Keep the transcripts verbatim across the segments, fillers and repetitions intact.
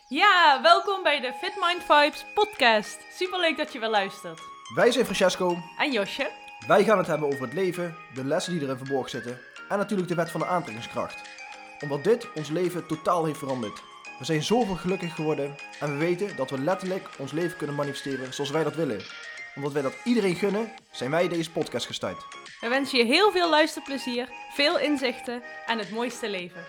Ja, welkom bij de Fit Mind Vibes podcast. Superleuk dat je weer luistert. Wij zijn Francesco. En Josje. Wij gaan het hebben over het leven, de lessen die erin verborgen zitten en natuurlijk de wet van de aantrekkingskracht. Omdat dit ons leven totaal heeft veranderd. We zijn zoveel gelukkig geworden en we weten dat we letterlijk ons leven kunnen manifesteren zoals wij dat willen. Omdat wij dat iedereen gunnen, zijn wij deze podcast gestart. We wensen je heel veel luisterplezier, veel inzichten en het mooiste leven.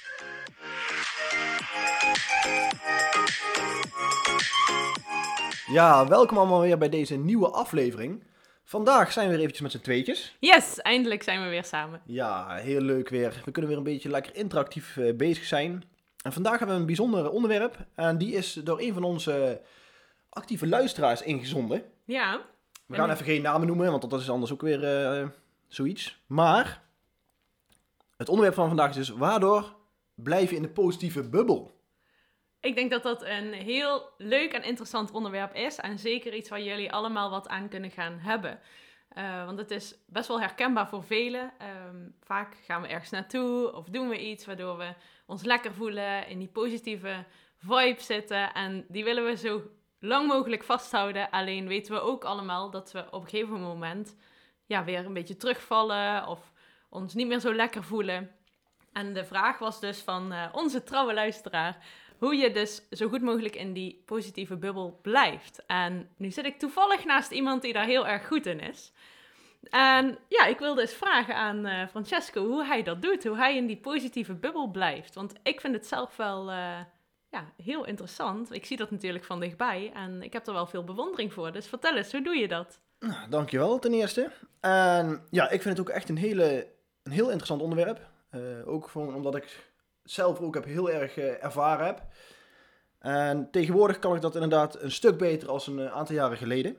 Ja, welkom allemaal weer bij deze nieuwe aflevering. Vandaag zijn we weer eventjes met z'n tweetjes. Yes, eindelijk zijn we weer samen. Ja, heel leuk weer. We kunnen weer een beetje lekker interactief uh, bezig zijn. En vandaag hebben we een bijzonder onderwerp. En die is door een van onze actieve luisteraars ingezonden. Ja. We gaan even geen namen noemen, want dat is anders ook weer uh, zoiets. Maar het onderwerp van vandaag is dus: waardoor blijf je in de positieve bubbel? Ik denk dat dat een heel leuk en interessant onderwerp is. En zeker iets waar jullie allemaal wat aan kunnen gaan hebben. Uh, want het is best wel herkenbaar voor velen. Um, vaak gaan we ergens naartoe of doen we iets waardoor we ons lekker voelen, in die positieve vibe zitten. En die willen we zo lang mogelijk vasthouden. Alleen weten we ook allemaal dat we op een gegeven moment ja, weer een beetje terugvallen of ons niet meer zo lekker voelen. En de vraag was dus van uh, onze trouwe luisteraar: hoe je dus zo goed mogelijk in die positieve bubbel blijft. En nu zit ik toevallig naast iemand die daar heel erg goed in is. En ja, ik wilde eens vragen aan uh, Francesco hoe hij dat doet. Hoe hij in die positieve bubbel blijft. Want ik vind het zelf wel uh, ja, heel interessant. Ik zie dat natuurlijk van dichtbij. En ik heb er wel veel bewondering voor. Dus vertel eens, hoe doe je dat? Nou, dankjewel ten eerste. En ja, ik vind het ook echt een, hele, een heel interessant onderwerp. Uh, ook gewoon omdat ik zelf ook heb heel erg uh, ervaren heb. En tegenwoordig kan ik dat inderdaad een stuk beter als een uh, aantal jaren geleden.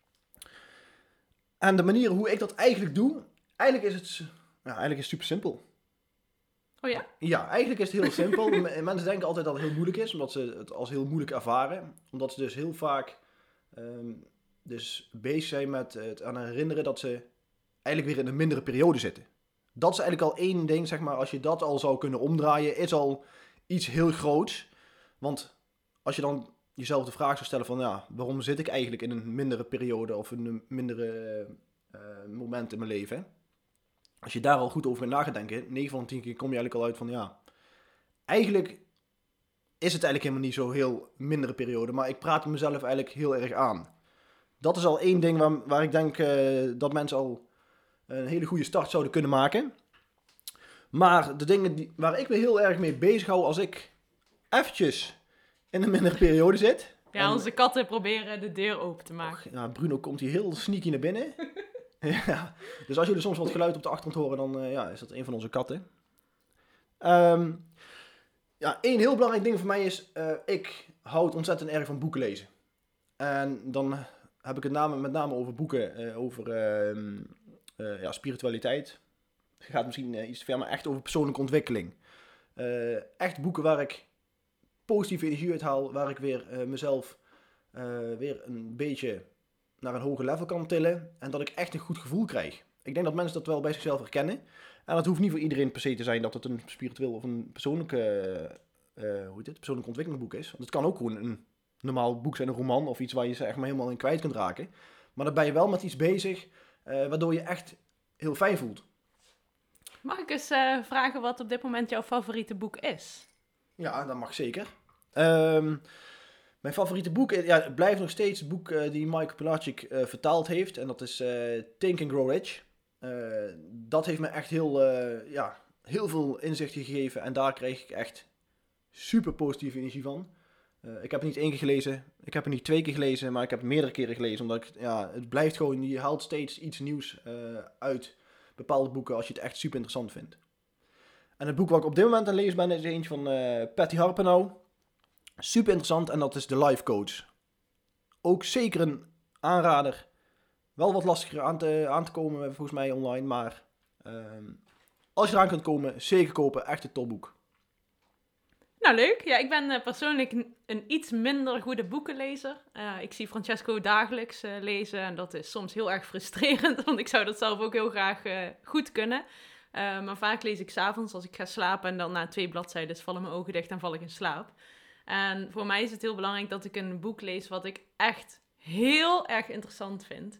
En de manier hoe ik dat eigenlijk doe, eigenlijk is het, ja, eigenlijk is het super simpel. Oh ja? Ja, eigenlijk is het heel simpel. Mensen denken altijd dat het heel moeilijk is, omdat ze het als heel moeilijk ervaren. Omdat ze dus heel vaak um, dus bezig zijn met het aan herinneren dat ze eigenlijk weer in een mindere periode zitten. Dat is eigenlijk al één ding, zeg maar, als je dat al zou kunnen omdraaien, is al iets heel groots. Want als je dan jezelf de vraag zou stellen van, ja, waarom zit ik eigenlijk in een mindere periode of een mindere uh, moment in mijn leven? Als je daar al goed over na gaat denken, negen van de tien keer kom je eigenlijk al uit van, ja, eigenlijk is het eigenlijk helemaal niet zo heel mindere periode, maar ik praat mezelf eigenlijk heel erg aan. Dat is al één ding waar, waar ik denk uh, dat mensen al een hele goede start zouden kunnen maken. Maar de dingen die, waar ik me heel erg mee bezig hou als ik eventjes in een mindere periode zit. Ja, en onze katten proberen de deur open te maken. Och, ja, Bruno komt hier heel sneaky naar binnen. Ja, dus als jullie soms wat geluid op de achtergrond horen, dan uh, ja, is dat een van onze katten. Um, ja, één heel belangrijk ding voor mij is, uh, ik houd ontzettend erg van boeken lezen. En dan heb ik het name, met name over boeken, uh, over uh, uh, ja, spiritualiteit. Het gaat misschien uh, iets te ver, maar echt over persoonlijke ontwikkeling. Uh, echt boeken waar ik positieve energie uit haal, waar ik weer uh, mezelf uh, weer een beetje naar een hoger level kan tillen en dat ik echt een goed gevoel krijg. Ik denk dat mensen dat wel bij zichzelf herkennen. En dat hoeft niet voor iedereen per se te zijn dat het een spiritueel of een persoonlijke, uh, uh, hoe heet het, persoonlijk ontwikkelingboek is. Want het kan ook gewoon een normaal boek zijn, een roman of iets waar je ze echt maar helemaal in kwijt kunt raken. Maar dan ben je wel met iets bezig uh, waardoor je echt heel fijn voelt. Mag ik eens uh, vragen wat op dit moment jouw favoriete boek is? Ja, dat mag zeker. Um, mijn favoriete boek, ja, het blijft nog steeds het boek uh, die Michael Pilarczyk uh, vertaald heeft. En dat is uh, Think and Grow Rich. Uh, dat heeft me echt heel, uh, ja, heel veel inzicht gegeven. En daar kreeg ik echt super positieve energie van. Uh, ik heb het niet één keer gelezen. Ik heb het niet twee keer gelezen. Maar ik heb het meerdere keren gelezen. Omdat ik, ja, het blijft gewoon, je haalt steeds iets nieuws uh, uit bepaalde boeken als je het echt super interessant vindt. En het boek wat ik op dit moment aan het lezen ben is eentje van uh, Patty Harpenau. Super interessant en dat is The Life Coach. Ook zeker een aanrader. Wel wat lastiger aan te, aan te komen volgens mij online, maar uh, als je eraan kunt komen, zeker kopen. Echt een topboek. Nou, leuk. Ja, ik ben uh, persoonlijk een, een iets minder goede boekenlezer. Uh, ik zie Francesco dagelijks uh, lezen en dat is soms heel erg frustrerend, want ik zou dat zelf ook heel graag uh, goed kunnen. Uh, maar vaak lees ik 's avonds als ik ga slapen en dan na twee bladzijden vallen mijn ogen dicht en val ik in slaap. En voor mij is het heel belangrijk dat ik een boek lees wat ik echt heel erg interessant vind.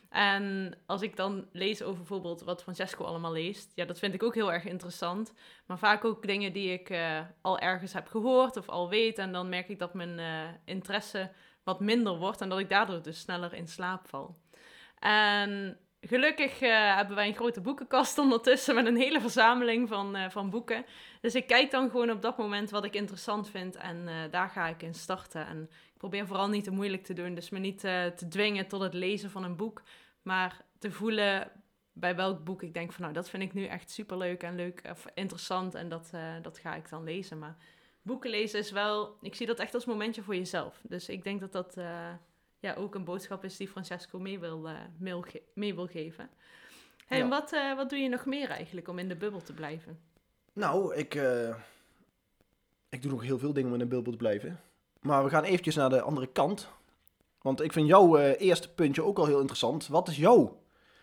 En als ik dan lees over bijvoorbeeld wat Francesco allemaal leest, ja, dat vind ik ook heel erg interessant. Maar vaak ook dingen die ik uh, al ergens heb gehoord of al weet. En dan merk ik dat mijn uh, interesse wat minder wordt en dat ik daardoor dus sneller in slaap val. En gelukkig uh, hebben wij een grote boekenkast ondertussen met een hele verzameling van, uh, van boeken. Dus ik kijk dan gewoon op dat moment wat ik interessant vind en uh, daar ga ik in starten. En ik probeer vooral niet te moeilijk te doen, dus me niet uh, te dwingen tot het lezen van een boek, maar te voelen bij welk boek ik denk van nou, dat vind ik nu echt superleuk en leuk of interessant en dat, uh, dat ga ik dan lezen. Maar boeken lezen is wel, ik zie dat echt als momentje voor jezelf. Dus ik denk dat dat uh, ja, ook een boodschap is die Francesco mee wil, uh, ge- mee wil geven. Hey, ja. En wat, uh, wat doe je nog meer eigenlijk om in de bubbel te blijven? Nou, ik, uh, ik doe nog heel veel dingen om in de bubbel te blijven. Maar we gaan eventjes naar de andere kant. Want ik vind jouw uh, eerste puntje ook al heel interessant. Wat is jouw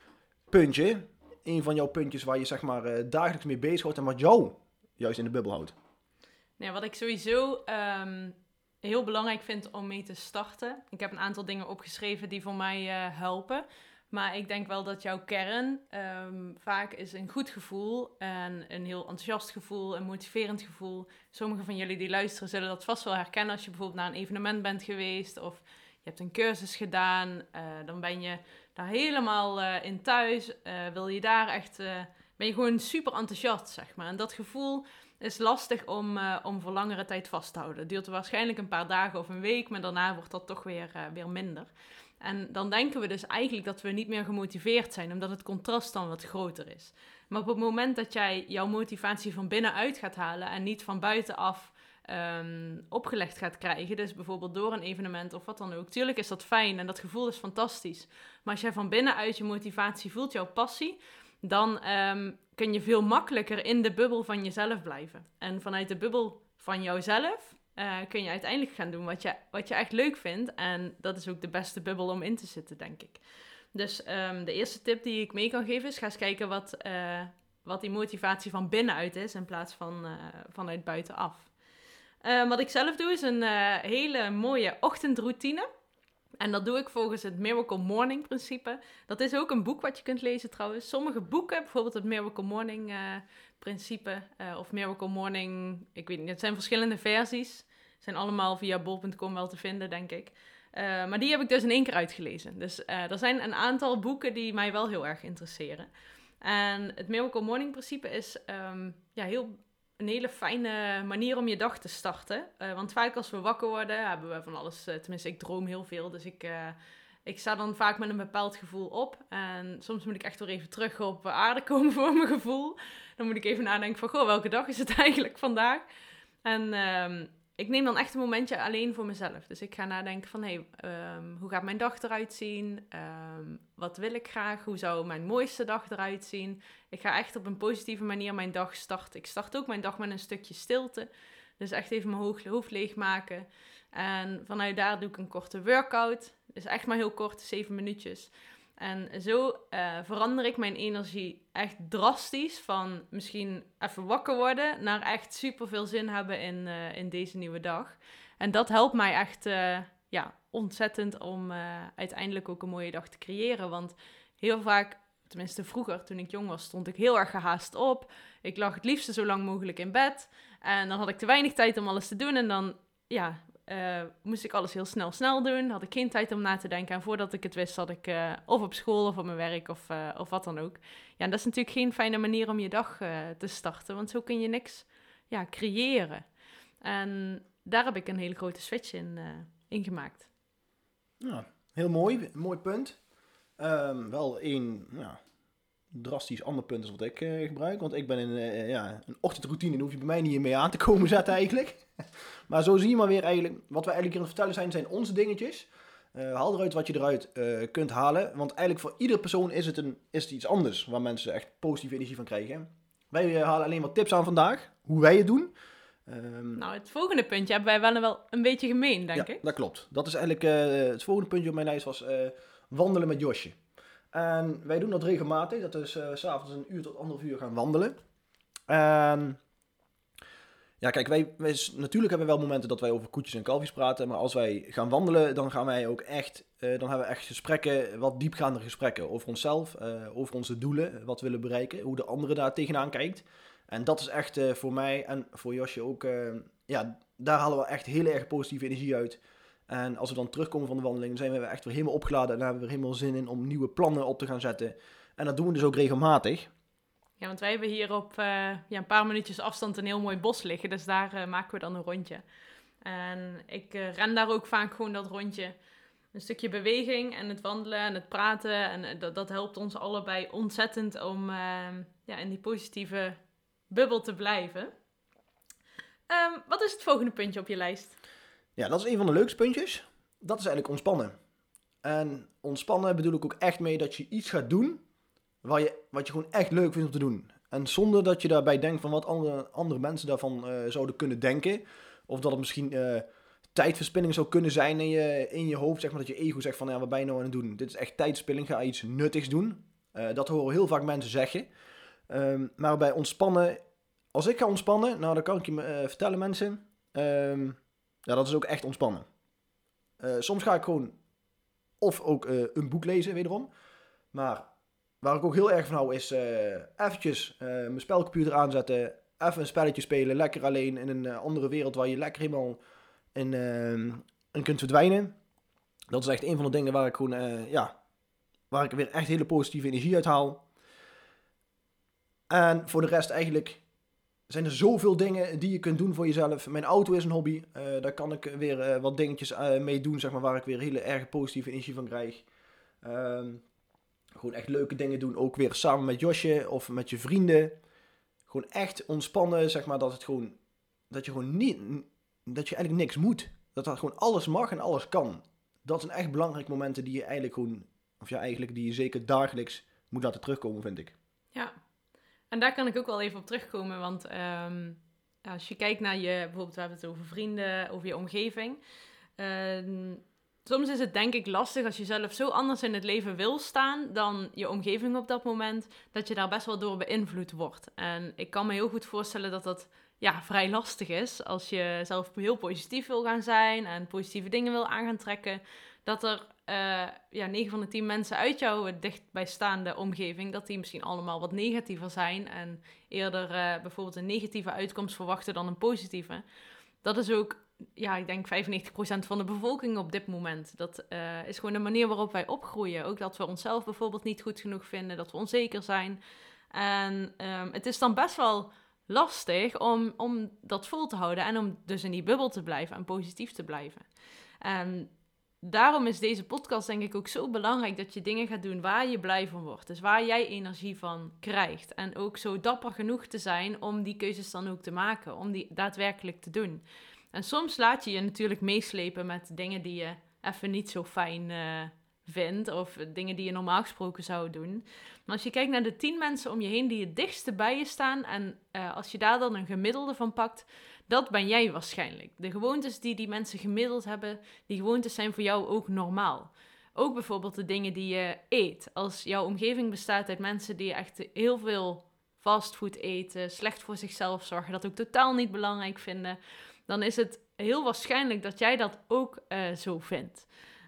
puntje? Een van jouw puntjes waar je zeg maar uh, dagelijks mee bezighoudt en wat jou juist in de bubbel houdt? Nou, wat ik sowieso um, heel belangrijk vind om mee te starten. Ik heb een aantal dingen opgeschreven die voor mij uh, helpen. Maar ik denk wel dat jouw kern um, vaak is een goed gevoel en een heel enthousiast gevoel, een motiverend gevoel. Sommigen van jullie die luisteren zullen dat vast wel herkennen als je bijvoorbeeld naar een evenement bent geweest of je hebt een cursus gedaan. Uh, dan ben je daar helemaal uh, in thuis. Uh, wil je daar echt, uh, ben je gewoon super enthousiast, zeg maar. En dat gevoel is lastig om, uh, om voor langere tijd vast te houden. Het duurt waarschijnlijk een paar dagen of een week, maar daarna wordt dat toch weer, uh, weer minder. En dan denken we dus eigenlijk dat we niet meer gemotiveerd zijn, omdat het contrast dan wat groter is. Maar op het moment dat jij jouw motivatie van binnenuit gaat halen en niet van buitenaf um, opgelegd gaat krijgen, dus bijvoorbeeld door een evenement of wat dan ook, tuurlijk is dat fijn en dat gevoel is fantastisch. Maar als jij van binnenuit je motivatie voelt, jouw passie, dan um, kun je veel makkelijker in de bubbel van jezelf blijven. En vanuit de bubbel van jouzelf Uh, kun je uiteindelijk gaan doen wat je, wat je echt leuk vindt. En dat is ook de beste bubbel om in te zitten, denk ik. Dus um, de eerste tip die ik mee kan geven is, ga eens kijken wat, uh, wat die motivatie van binnenuit is in plaats van uh, vanuit buitenaf. Uh, wat ik zelf doe is een uh, hele mooie ochtendroutine. En dat doe ik volgens het Miracle Morning principe. Dat is ook een boek wat je kunt lezen trouwens. Sommige boeken, bijvoorbeeld het Miracle Morning uh, principe uh, of Miracle Morning, ik weet niet, het zijn verschillende versies. Zijn allemaal via bol punt com wel te vinden, denk ik. Uh, maar die heb ik dus in één keer uitgelezen. Dus uh, er zijn een aantal boeken die mij wel heel erg interesseren. En het Miracle Morning principe is um, ja, heel, een hele fijne manier om je dag te starten. Uh, want vaak als we wakker worden, hebben we van alles, uh, tenminste ik droom heel veel, dus ik... Uh, Ik sta dan vaak met een bepaald gevoel op. En soms moet ik echt weer even terug op aarde komen voor mijn gevoel. Dan moet ik even nadenken van, goh, welke dag is het eigenlijk vandaag? En um, ik neem dan echt een momentje alleen voor mezelf. Dus ik ga nadenken van, hé, hey, um, hoe gaat mijn dag eruit zien? Um, wat wil ik graag? Hoe zou mijn mooiste dag eruit zien? Ik ga echt op een positieve manier mijn dag starten. Ik start ook mijn dag met een stukje stilte. Dus echt even mijn hoofd leegmaken. En vanuit daar doe ik een korte workout. Dus echt maar heel kort, zeven minuutjes. En zo uh, verander ik mijn energie echt drastisch van misschien even wakker worden naar echt super veel zin hebben in, uh, in deze nieuwe dag. En dat helpt mij echt uh, ja, ontzettend om uh, uiteindelijk ook een mooie dag te creëren. Want heel vaak, tenminste vroeger toen ik jong was, stond ik heel erg gehaast op. Ik lag het liefste zo lang mogelijk in bed. En dan had ik te weinig tijd om alles te doen en dan... ja. Uh, moest ik alles heel snel snel doen. Had ik geen tijd om na te denken. En voordat ik het wist, zat ik uh, of op school of op mijn werk of, uh, of wat dan ook. Ja, en dat is natuurlijk geen fijne manier om je dag uh, te starten. Want zo kun je niks ja, creëren. En daar heb ik een hele grote switch in, uh, in gemaakt. Ja, heel mooi. Mooi punt. Um, wel één ja, drastisch ander punt is wat ik uh, gebruik. Want ik ben in uh, ja, een ochtendroutine. Daar hoef je bij mij niet mee aan te komen zetten eigenlijk. Maar zo zie je maar weer eigenlijk, wat we eigenlijk hier aan het vertellen zijn, zijn onze dingetjes. Uh, haal eruit wat je eruit uh, kunt halen. Want eigenlijk voor iedere persoon is het, een, is het iets anders waar mensen echt positieve energie van krijgen. Wij uh, halen alleen wat tips aan vandaag, hoe wij het doen. Um, nou, het volgende puntje hebben wij wel, wel een beetje gemeen, denk ja, ik. Dat klopt. Dat is eigenlijk, uh, het volgende puntje op mijn lijst was uh, wandelen met Josje. En wij doen dat regelmatig, dat is uh, 's avonds een uur tot anderhalf uur gaan wandelen. En... Ja, kijk, wij, wij, natuurlijk hebben we wel momenten dat wij over koetjes en kalfjes praten. Maar als wij gaan wandelen, dan gaan wij ook echt, uh, dan hebben we echt gesprekken, wat diepgaande gesprekken over onszelf, uh, over onze doelen, wat we willen bereiken, hoe de andere daar tegenaan kijkt. En dat is echt uh, voor mij en voor Josje ook, uh, ja, daar halen we echt heel erg positieve energie uit. En als we dan terugkomen van de wandeling, dan zijn we echt weer helemaal opgeladen en dan hebben we er helemaal zin in om nieuwe plannen op te gaan zetten. En dat doen we dus ook regelmatig. Ja, want wij hebben hier op uh, ja, een paar minuutjes afstand een heel mooi bos liggen. Dus daar uh, maken we dan een rondje. En ik uh, ren daar ook vaak gewoon dat rondje. Een stukje beweging en het wandelen en het praten. En uh, dat, dat helpt ons allebei ontzettend om uh, ja, in die positieve bubbel te blijven. Um, wat is het volgende puntje op je lijst? Ja, dat is een van de leukste puntjes. Dat is eigenlijk ontspannen. En ontspannen bedoel ik ook echt mee dat je iets gaat doen Wat je, wat je gewoon echt leuk vindt om te doen. En zonder dat je daarbij denkt van wat andere, andere mensen daarvan uh, zouden kunnen denken. Of dat het misschien uh, tijdverspilling zou kunnen zijn in je, in je hoofd. Zeg maar dat je ego zegt van ja, wat ben je nou aan het doen? Dit is echt tijdverspilling, ga iets nuttigs doen. Uh, dat horen heel vaak mensen zeggen. Um, maar bij ontspannen, als ik ga ontspannen, nou dan kan ik je uh, vertellen mensen. Um, ja, dat is ook echt ontspannen. Uh, soms ga ik gewoon of ook uh, een boek lezen wederom. Maar waar ik ook heel erg van hou is uh, eventjes uh, mijn spelcomputer aanzetten. Even een spelletje spelen. Lekker alleen in een uh, andere wereld waar je lekker helemaal in, uh, in kunt verdwijnen. Dat is echt een van de dingen waar ik gewoon, uh, ja, waar ik weer echt hele positieve energie uit haal. En voor de rest eigenlijk zijn er zoveel dingen die je kunt doen voor jezelf. Mijn auto is een hobby. Uh, daar kan ik weer uh, wat dingetjes uh, mee doen, zeg maar, waar ik weer hele erg positieve energie van krijg. Um, Gewoon echt leuke dingen doen, ook weer samen met Josje of met je vrienden. Gewoon echt ontspannen, zeg maar, dat het gewoon, dat je gewoon niet, dat je eigenlijk niks moet. Dat dat gewoon alles mag en alles kan. Dat zijn echt belangrijke momenten die je eigenlijk gewoon, of ja, eigenlijk die je zeker dagelijks moet laten terugkomen, vind ik. Ja, en daar kan ik ook wel even op terugkomen, want um, als je kijkt naar je, bijvoorbeeld we hebben het over vrienden, over je omgeving. Uh, Soms is het denk ik lastig als je zelf zo anders in het leven wil staan dan je omgeving op dat moment, dat je daar best wel door beïnvloed wordt. En ik kan me heel goed voorstellen dat dat ja, vrij lastig is als je zelf heel positief wil gaan zijn en positieve dingen wil aan gaan trekken. Dat er uh, ja, negen van de tien mensen uit jouw dichtbijstaande omgeving, dat die misschien allemaal wat negatiever zijn en eerder uh, bijvoorbeeld een negatieve uitkomst verwachten dan een positieve. Dat is ook, ja, ik denk vijfennegentig procent van de bevolking op dit moment. Dat uh, is gewoon de manier waarop wij opgroeien. Ook dat we onszelf bijvoorbeeld niet goed genoeg vinden, dat we onzeker zijn. En um, het is dan best wel lastig om, om dat vol te houden en om dus in die bubbel te blijven en positief te blijven. En daarom is deze podcast denk ik ook zo belangrijk dat je dingen gaat doen waar je blij van wordt. Dus waar jij energie van krijgt. En ook zo dapper genoeg te zijn om die keuzes dan ook te maken, om die daadwerkelijk te doen. En soms laat je je natuurlijk meeslepen met dingen die je even niet zo fijn uh, vindt. Of dingen die je normaal gesproken zou doen. Maar als je kijkt naar de tien mensen om je heen die het dichtste bij je staan. En uh, als je daar dan een gemiddelde van pakt, dat ben jij waarschijnlijk. De gewoontes die die mensen gemiddeld hebben, die gewoontes zijn voor jou ook normaal. Ook bijvoorbeeld de dingen die je eet. Als jouw omgeving bestaat uit mensen die echt heel veel fastfood eten, slecht voor zichzelf zorgen, dat ook totaal niet belangrijk vinden, dan is het heel waarschijnlijk dat jij dat ook uh, zo vindt.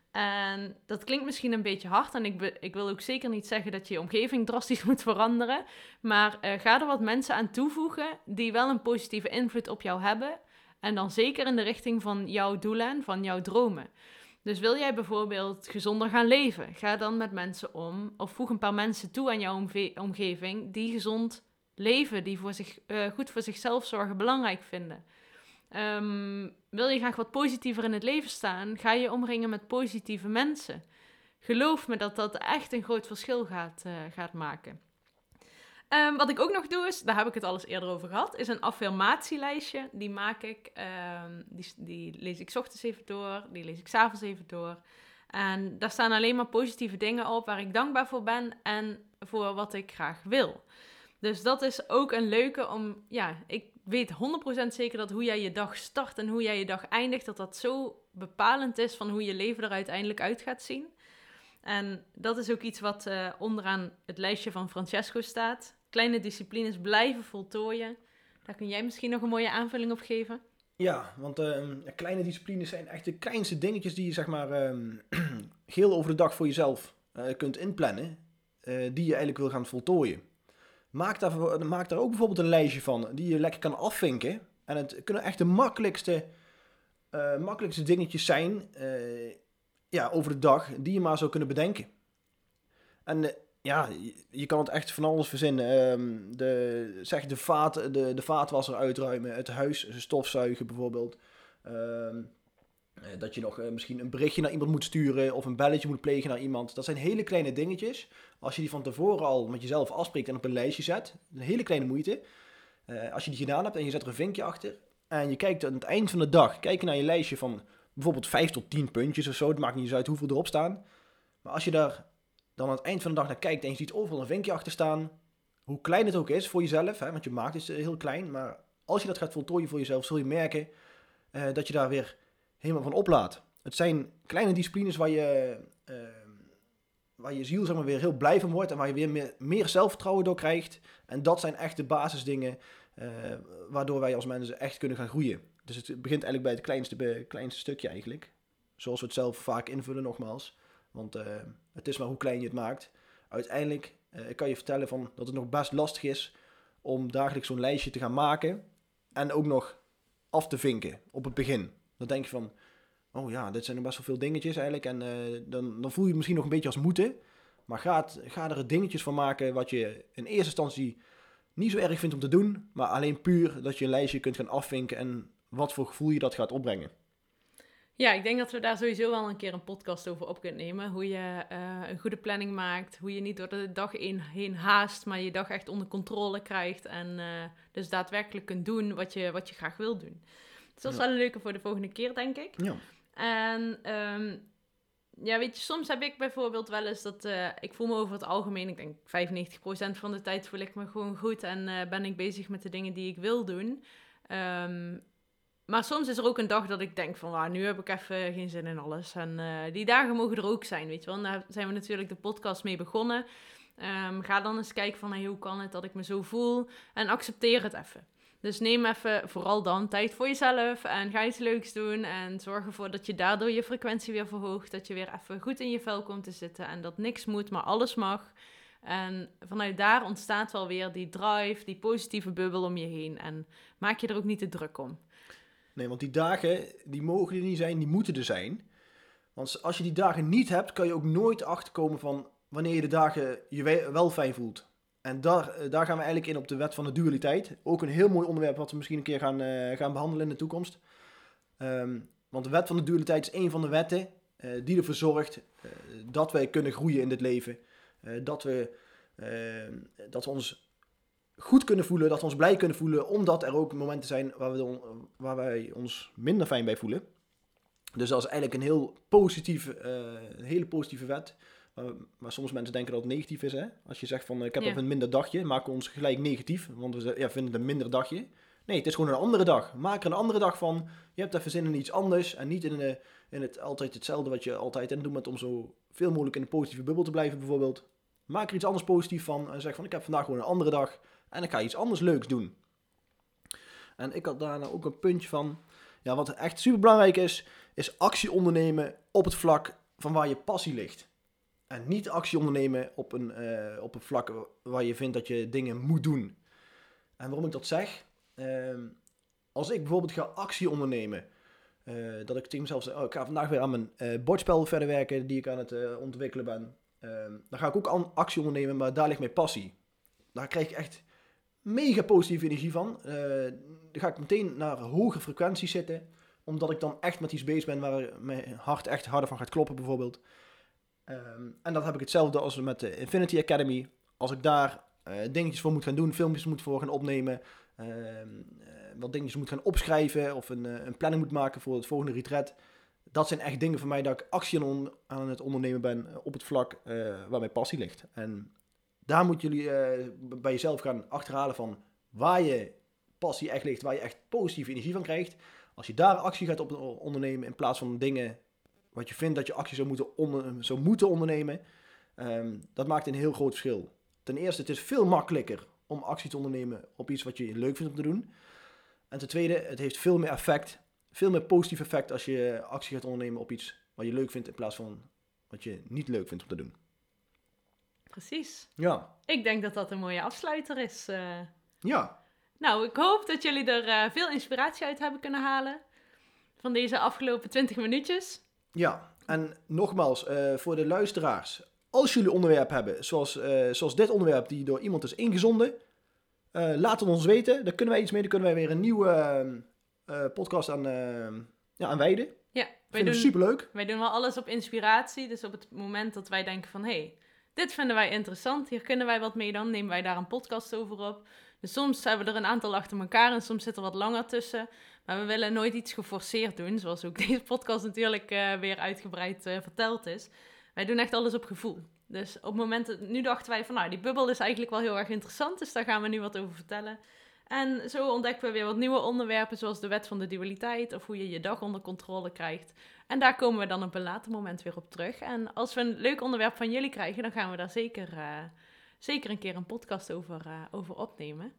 En dat klinkt misschien een beetje hard en ik, be- ik wil ook zeker niet zeggen dat je je omgeving drastisch moet veranderen, maar uh, ga er wat mensen aan toevoegen die wel een positieve invloed op jou hebben en dan zeker in de richting van jouw doelen en van jouw dromen. Dus wil jij bijvoorbeeld gezonder gaan leven, ga dan met mensen om of voeg een paar mensen toe aan jouw omve- omgeving die gezond leven, die voor zich, uh, goed voor zichzelf zorgen, belangrijk vinden. Um, wil je graag wat positiever in het leven staan, ga je omringen met positieve mensen. Geloof me dat dat echt een groot verschil gaat, uh, gaat maken. Um, wat ik ook nog doe is, daar heb ik het al eens eerder over gehad, is een affirmatielijstje. Die maak ik, um, die, die lees ik 's ochtends even door, die lees ik 's avonds even door. En daar staan alleen maar positieve dingen op waar ik dankbaar voor ben en voor wat ik graag wil. Dus dat is ook een leuke om, ja, ik weet honderd procent zeker dat hoe jij je dag start en hoe jij je dag eindigt, dat dat zo bepalend is van hoe je leven er uiteindelijk uit gaat zien. En dat is ook iets wat uh, onderaan het lijstje van Francesco staat. Kleine disciplines blijven voltooien. Daar kun jij misschien nog een mooie aanvulling op geven. Ja, want uh, kleine disciplines zijn echt de kleinste dingetjes die je zeg maar um, geheel over de dag voor jezelf uh, kunt inplannen, uh, die je eigenlijk wil gaan voltooien. Maak daar, maak daar ook bijvoorbeeld een lijstje van die je lekker kan afvinken. En het kunnen echt de makkelijkste, uh, makkelijkste dingetjes zijn uh, ja, over de dag die je maar zou kunnen bedenken. En uh, ja, je, je kan het echt van alles verzinnen. Um, de, zeg de, vaat, de, de vaatwasser uitruimen, het huis stofzuigen bijvoorbeeld. Um, dat je nog uh, misschien een berichtje naar iemand moet sturen of een belletje moet plegen naar iemand. Dat zijn hele kleine dingetjes. Als je die van tevoren al met jezelf afspreekt en op een lijstje zet, een hele kleine moeite. Uh, als je die gedaan hebt en je zet er een vinkje achter en je kijkt aan het eind van de dag, kijk je naar je lijstje van bijvoorbeeld vijf tot tien puntjes of zo. Het maakt niet eens uit hoeveel erop staan. Maar als je daar dan aan het eind van de dag naar kijkt en je ziet overal een vinkje achter staan, hoe klein het ook is voor jezelf, hè, want je maakt het heel klein, maar als je dat gaat voltooien voor jezelf, zul je merken uh, dat je daar weer helemaal van oplaat. Het zijn kleine disciplines waar je, uh, waar je ziel zeg maar, weer heel blij van wordt en waar je weer meer, meer zelfvertrouwen door krijgt. En dat zijn echt de basisdingen uh, waardoor wij als mensen echt kunnen gaan groeien. Dus het begint eigenlijk bij het kleinste, bij het kleinste stukje eigenlijk. Zoals we het zelf vaak invullen nogmaals. Want uh, het is maar hoe klein je het maakt. Uiteindelijk uh, kan je vertellen van dat het nog best lastig is om dagelijks zo'n lijstje te gaan maken. En ook nog af te vinken op het begin. Dan denk je van, oh ja, dit zijn nog best wel veel dingetjes eigenlijk. En uh, dan, dan voel je het misschien nog een beetje als moeten. Maar ga, het, ga er dingetjes van maken wat je in eerste instantie niet zo erg vindt om te doen. Maar alleen puur dat je een lijstje kunt gaan afvinken en wat voor gevoel je dat gaat opbrengen. Ja, ik denk dat we daar sowieso wel een keer een podcast over op kunnen nemen. Hoe je uh, een goede planning maakt. Hoe je niet door de dag heen, heen haast, maar je dag echt onder controle krijgt. En uh, dus daadwerkelijk kunt doen wat je, wat je graag wil doen. Dus dat is ja. wel een leuke voor de volgende keer, denk ik. Ja. En um, ja, weet je, soms heb ik bijvoorbeeld wel eens dat... Uh, ik voel me over het algemeen, ik denk vijfennegentig procent van de tijd voel ik me gewoon goed. En uh, ben ik bezig met de dingen die ik wil doen. Um, Maar soms is er ook een dag dat ik denk van, ah, nu heb ik even geen zin in alles. En uh, die dagen mogen er ook zijn, weet je wel. En daar zijn we natuurlijk de podcast mee begonnen. Um, ga dan eens kijken van, hey, hoe kan het dat ik me zo voel? En accepteer het even. Dus neem even, vooral dan, tijd voor jezelf. En ga iets leuks doen. En zorg ervoor dat je daardoor je frequentie weer verhoogt. Dat je weer even goed in je vel komt te zitten. En dat niks moet, maar alles mag. En vanuit daar ontstaat wel weer die drive, die positieve bubbel om je heen. En maak je er ook niet te druk om. Nee, want die dagen, die mogen er niet zijn, die moeten er zijn. Want als je die dagen niet hebt, kan je ook nooit achterkomen van wanneer je de dagen je wel fijn voelt. En daar, daar gaan we eigenlijk in op de wet van de dualiteit. Ook een heel mooi onderwerp wat we misschien een keer gaan, uh, gaan behandelen in de toekomst. Um, want de wet van de dualiteit is een van de wetten uh, die ervoor zorgt uh, dat wij kunnen groeien in dit leven. Uh, dat, we, uh, dat we ons goed kunnen voelen, dat we ons blij kunnen voelen, omdat er ook momenten zijn waar, we dan, waar wij ons minder fijn bij voelen. Dus dat is eigenlijk een heel positieve, uh, een hele positieve wet. Uh, maar soms mensen denken dat het negatief is. Hè? Als je zegt van uh, ik heb ja. even een minder dagje, maken we ons gelijk negatief. Want we ja, vinden het een minder dagje. Nee, het is gewoon een andere dag. Maak er een andere dag van. Je hebt even zin in iets anders. En niet in, uh, in het altijd hetzelfde wat je altijd en doet met om zo veel mogelijk in een positieve bubbel te blijven bijvoorbeeld. Maak er iets anders positief van. En zeg van ik heb vandaag gewoon een andere dag. En ik ga iets anders leuks doen. En ik had daarna ook een puntje van. Ja, wat echt super belangrijk is, is actie ondernemen op het vlak van waar je passie ligt. En niet actie ondernemen op een, uh, op een vlak waar je vindt dat je dingen moet doen. En waarom ik dat zeg? Uh, als ik bijvoorbeeld ga actie ondernemen. Uh, dat ik tegen mezelf zeg, oh, ik ga vandaag weer aan mijn uh, bordspel verder werken die ik aan het uh, ontwikkelen ben. Uh, dan ga ik ook aan actie ondernemen, maar daar ligt mijn passie. Daar krijg ik echt mega positieve energie van. Uh, dan ga ik meteen naar hoge frequenties zitten. Omdat ik dan echt met iets bezig ben waar mijn hart echt harder van gaat kloppen bijvoorbeeld. Um, en dat heb ik hetzelfde als met de Infinity Academy. Als ik daar uh, dingetjes voor moet gaan doen, filmpjes moet voor gaan opnemen, uh, uh, wat dingetjes moet gaan opschrijven of een, uh, een planning moet maken voor het volgende retreat. Dat zijn echt dingen voor mij dat ik actie aan, on- aan het ondernemen ben op het vlak uh, waar mijn passie ligt. En daar moeten jullie uh, bij jezelf gaan achterhalen van waar je passie echt ligt, waar je echt positieve energie van krijgt. Als je daar actie gaat op ondernemen in plaats van dingen wat je vindt dat je actie zou moeten, onder, zou moeten ondernemen, um, dat maakt een heel groot verschil. Ten eerste, het is veel makkelijker om actie te ondernemen op iets wat je leuk vindt om te doen. En ten tweede, het heeft veel meer effect, veel meer positief effect als je actie gaat ondernemen op iets wat je leuk vindt in plaats van wat je niet leuk vindt om te doen. Precies. Ja. Ik denk dat dat een mooie afsluiter is. Uh... Ja. Nou, ik hoop dat jullie er uh, veel inspiratie uit hebben kunnen halen van deze afgelopen twintig minuutjes. Ja, en nogmaals, uh, voor de luisteraars, als jullie onderwerpen hebben, zoals, uh, zoals dit onderwerp die door iemand is ingezonden, uh, laat het ons weten. Daar kunnen wij iets mee, daar kunnen wij weer een nieuwe uh, uh, podcast aan, uh, ja, aan wijden. Ja, wij doen superleuk. Wij doen wel alles op inspiratie, dus op het moment dat wij denken van, hé, hey, dit vinden wij interessant, hier kunnen wij wat mee, dan nemen wij daar een podcast over op. Dus soms hebben we er een aantal achter elkaar en soms zit er wat langer tussen. Maar we willen nooit iets geforceerd doen, zoals ook deze podcast natuurlijk uh, weer uitgebreid uh, verteld is. Wij doen echt alles op gevoel. Dus op het moment, dat, nu dachten wij van, nou, die bubbel is eigenlijk wel heel erg interessant, dus daar gaan we nu wat over vertellen. En zo ontdekken we weer wat nieuwe onderwerpen, zoals de wet van de dualiteit, of hoe je je dag onder controle krijgt. En daar komen we dan op een later moment weer op terug. En als we een leuk onderwerp van jullie krijgen, dan gaan we daar zeker, uh, zeker een keer een podcast over, uh, over opnemen.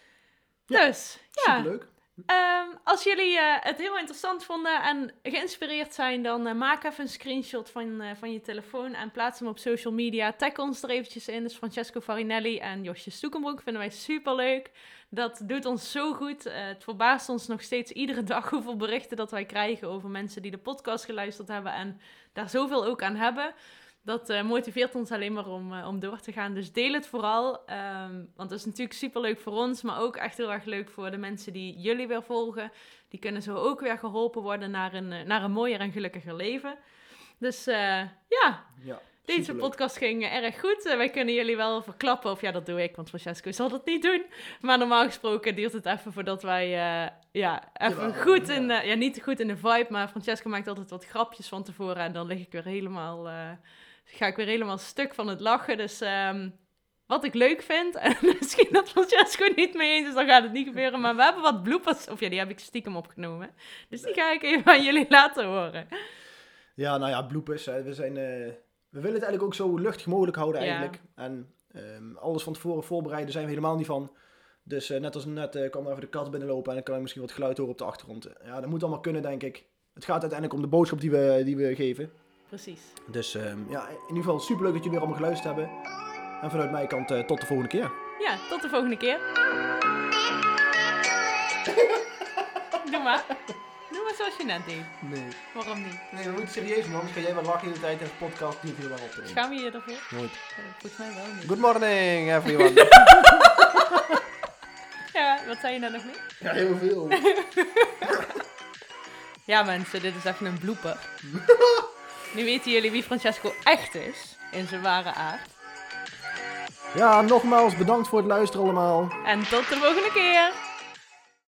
Ja, dus, ja. Superleuk. Um, als jullie uh, het heel interessant vonden en geïnspireerd zijn, dan uh, maak even een screenshot van, uh, van je telefoon en plaats hem op social media. Tag ons er eventjes in, dus Francesco Farinelli en Josje Stoekenbroek vinden wij superleuk. Dat doet ons zo goed. Uh, het verbaast ons nog steeds iedere dag hoeveel berichten dat wij krijgen over mensen die de podcast geluisterd hebben en daar zoveel ook aan hebben. Dat uh, motiveert ons alleen maar om, uh, om door te gaan. Dus deel het vooral. Um, want het is natuurlijk superleuk voor ons. Maar ook echt heel erg leuk voor de mensen die jullie weer volgen. Die kunnen zo ook weer geholpen worden naar een, uh, naar een mooier en gelukkiger leven. Dus uh, ja, ja, deze superleuk. podcast ging uh, erg goed. Uh, wij kunnen jullie wel verklappen. Of ja, dat doe ik, want Francesco zal dat niet doen. Maar normaal gesproken duurt het even voordat wij uh, ja, even Jawel, goed ja. in... Uh, ja, niet goed in de vibe. Maar Francesco maakt altijd wat grapjes van tevoren. En dan lig ik weer helemaal... Uh, ga ik weer helemaal stuk van het lachen. Dus um, wat ik leuk vind, en misschien dat Francesco niet mee eens is, dan gaat het niet gebeuren. Maar we hebben wat bloopers, of ja, die heb ik stiekem opgenomen. Dus die ga ik even aan jullie laten horen. Ja, nou ja, bloopers. Hè. We, zijn, uh, we willen het eigenlijk ook zo luchtig mogelijk houden eigenlijk. Ja. En um, alles van tevoren voorbereiden zijn we helemaal niet van. Dus uh, net als net uh, kwam er even de kat binnenlopen en dan kan je misschien wat geluid horen op de achtergrond. Ja, dat moet allemaal kunnen, denk ik. Het gaat uiteindelijk om de boodschap die we, die we geven. Precies. Dus um, ja, in ieder geval superleuk dat jullie weer allemaal geluisterd hebben. En vanuit mijn kant uh, tot de volgende keer. Ja, tot de volgende keer. Doe maar. Doe maar zoals je net deed. Nee. Waarom niet? Nee, we moeten serieus doen, anders ga jij wel lachen de hele tijd en de podcast niet heel lang op te nemen. Schaam je je ervoor? Nooit. Uh, volgens mij wel niet. Good morning, everyone. Ja, wat zei je nou nog niet? Ja, heel veel. Ja mensen, dit is even een blooper. Nu weten jullie wie Francesco echt is, in zijn ware aard. Ja, nogmaals bedankt voor het luisteren allemaal. En tot de volgende keer!